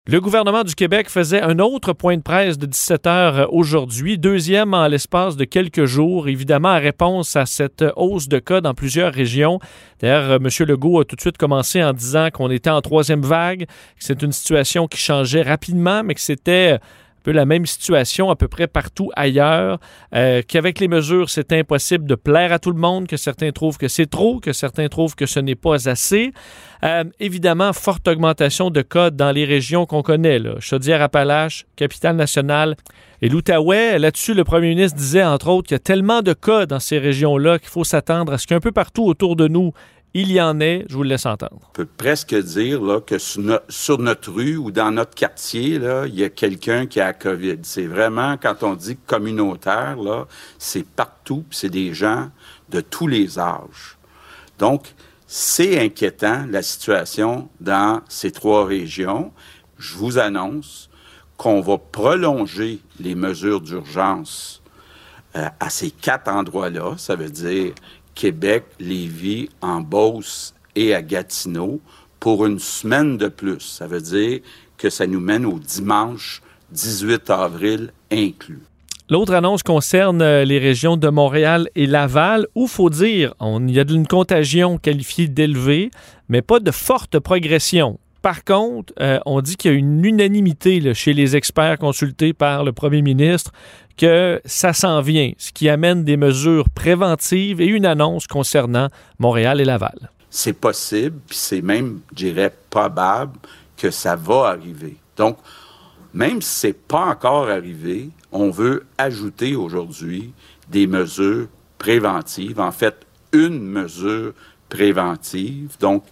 Le gouvernement du Québec faisait un autre point de presse de 17 heures aujourd'hui, deuxième en l'espace de quelques jours, évidemment en réponse à cette hausse de cas dans plusieurs régions. D'ailleurs, M. Legault a tout de suite commencé en disant qu'on était en troisième vague, que c'est une situation qui changeait rapidement, mais que c'était un peu la même situation à peu près partout ailleurs, qu'avec les mesures, c'est impossible de plaire à tout le monde, que certains trouvent que c'est trop, que certains trouvent que ce n'est pas assez. Évidemment, forte augmentation de cas dans les régions qu'on connaît, là, Chaudière-Appalaches, Capitale-Nationale et l'Outaouais. Là-dessus, le premier ministre disait, entre autres, qu'il y a tellement de cas dans ces régions-là qu'il faut s'attendre à ce qu'un peu partout autour de nous, il y en est. Je vous le laisse entendre. On peut presque dire là, que sur notre rue ou dans notre quartier, là, il y a quelqu'un qui a la COVID. C'est vraiment, quand on dit communautaire, là, c'est partout, c'est des gens de tous les âges. Donc, c'est inquiétant, la situation dans ces trois régions. Je vous annonce qu'on va prolonger les mesures d'urgence à ces 4 endroits-là. Ça veut dire Québec, Lévis, en Beauce et à Gatineau pour une semaine de plus. Ça veut dire que ça nous mène au dimanche 18 avril inclus. L'autre annonce concerne les régions de Montréal et Laval, où, il faut dire, il y a une contagion qualifiée d'élevée, mais pas de forte progression. Par contre, on dit qu'il y a une unanimité là, chez les experts consultés par le premier ministre que ça s'en vient, ce qui amène des mesures préventives et une annonce concernant Montréal et Laval. C'est possible, puis c'est même, je dirais, probable que ça va arriver. Donc, même si c'est pas encore arrivé, on veut ajouter aujourd'hui des mesures préventives. En fait, une mesure préventive. Donc,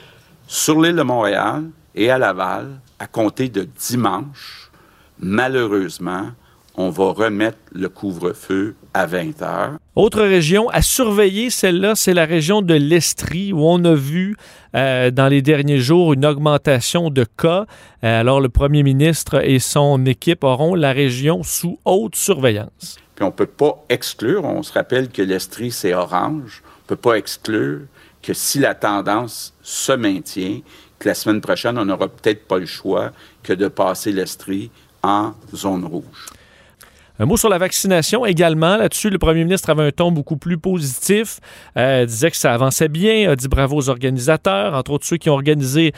sur l'île de Montréal et à Laval, à compter de dimanche, malheureusement, on va remettre le couvre-feu à 20 heures. Autre région à surveiller, celle-là, c'est la région de l'Estrie, où on a vu dans les derniers jours une augmentation de cas. Alors, le premier ministre et son équipe auront la région sous haute surveillance. Puis on ne peut pas exclure, on se rappelle que l'Estrie, c'est orange, on ne peut pas exclure que si la tendance se maintient, que la semaine prochaine, on n'aura peut-être pas le choix que de passer l'Estrie en zone rouge. Un mot sur la vaccination également. Là-dessus, le premier ministre avait un ton beaucoup plus positif. Disait que ça avançait bien. A dit bravo aux organisateurs, entre autres ceux qui ont organisé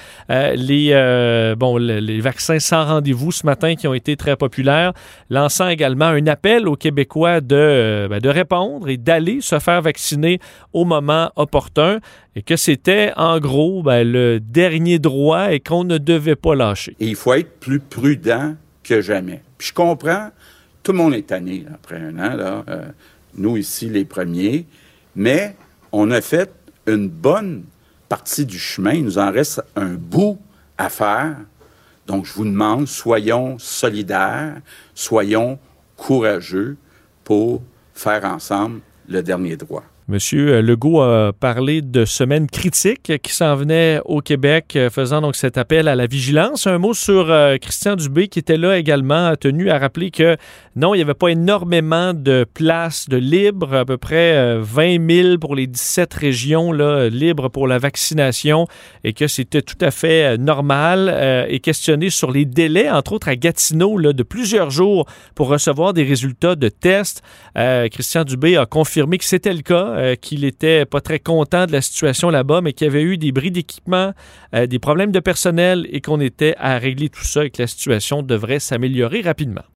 les vaccins sans rendez-vous ce matin qui ont été très populaires. Lançant également un appel aux Québécois de répondre et d'aller se faire vacciner au moment opportun. Et que c'était, en gros, le dernier droit et qu'on ne devait pas lâcher. Et il faut être plus prudent que jamais. Puis je comprends. Tout le monde est tanné là, après un an, là, nous ici les premiers, mais on a fait une bonne partie du chemin. Il nous en reste un bout à faire. Donc, je vous demande, soyons solidaires, soyons courageux pour faire ensemble le dernier droit. Monsieur Legault a parlé de semaine critique qui s'en venait au Québec, faisant donc cet appel à la vigilance. Un mot sur Christian Dubé qui était là également, a tenu à rappeler que non, il n'y avait pas énormément de places de libres, à peu près 20 000 pour les 17 régions là, libres pour la vaccination et que c'était tout à fait normal et questionné sur les délais, entre autres à Gatineau, là, de plusieurs jours pour recevoir des résultats de tests. Christian Dubé a confirmé que c'était le cas. Qu'il était pas très content de la situation là-bas, mais qu'il y avait eu des bris d'équipement, des problèmes de personnel et qu'on était à régler tout ça et que la situation devrait s'améliorer rapidement.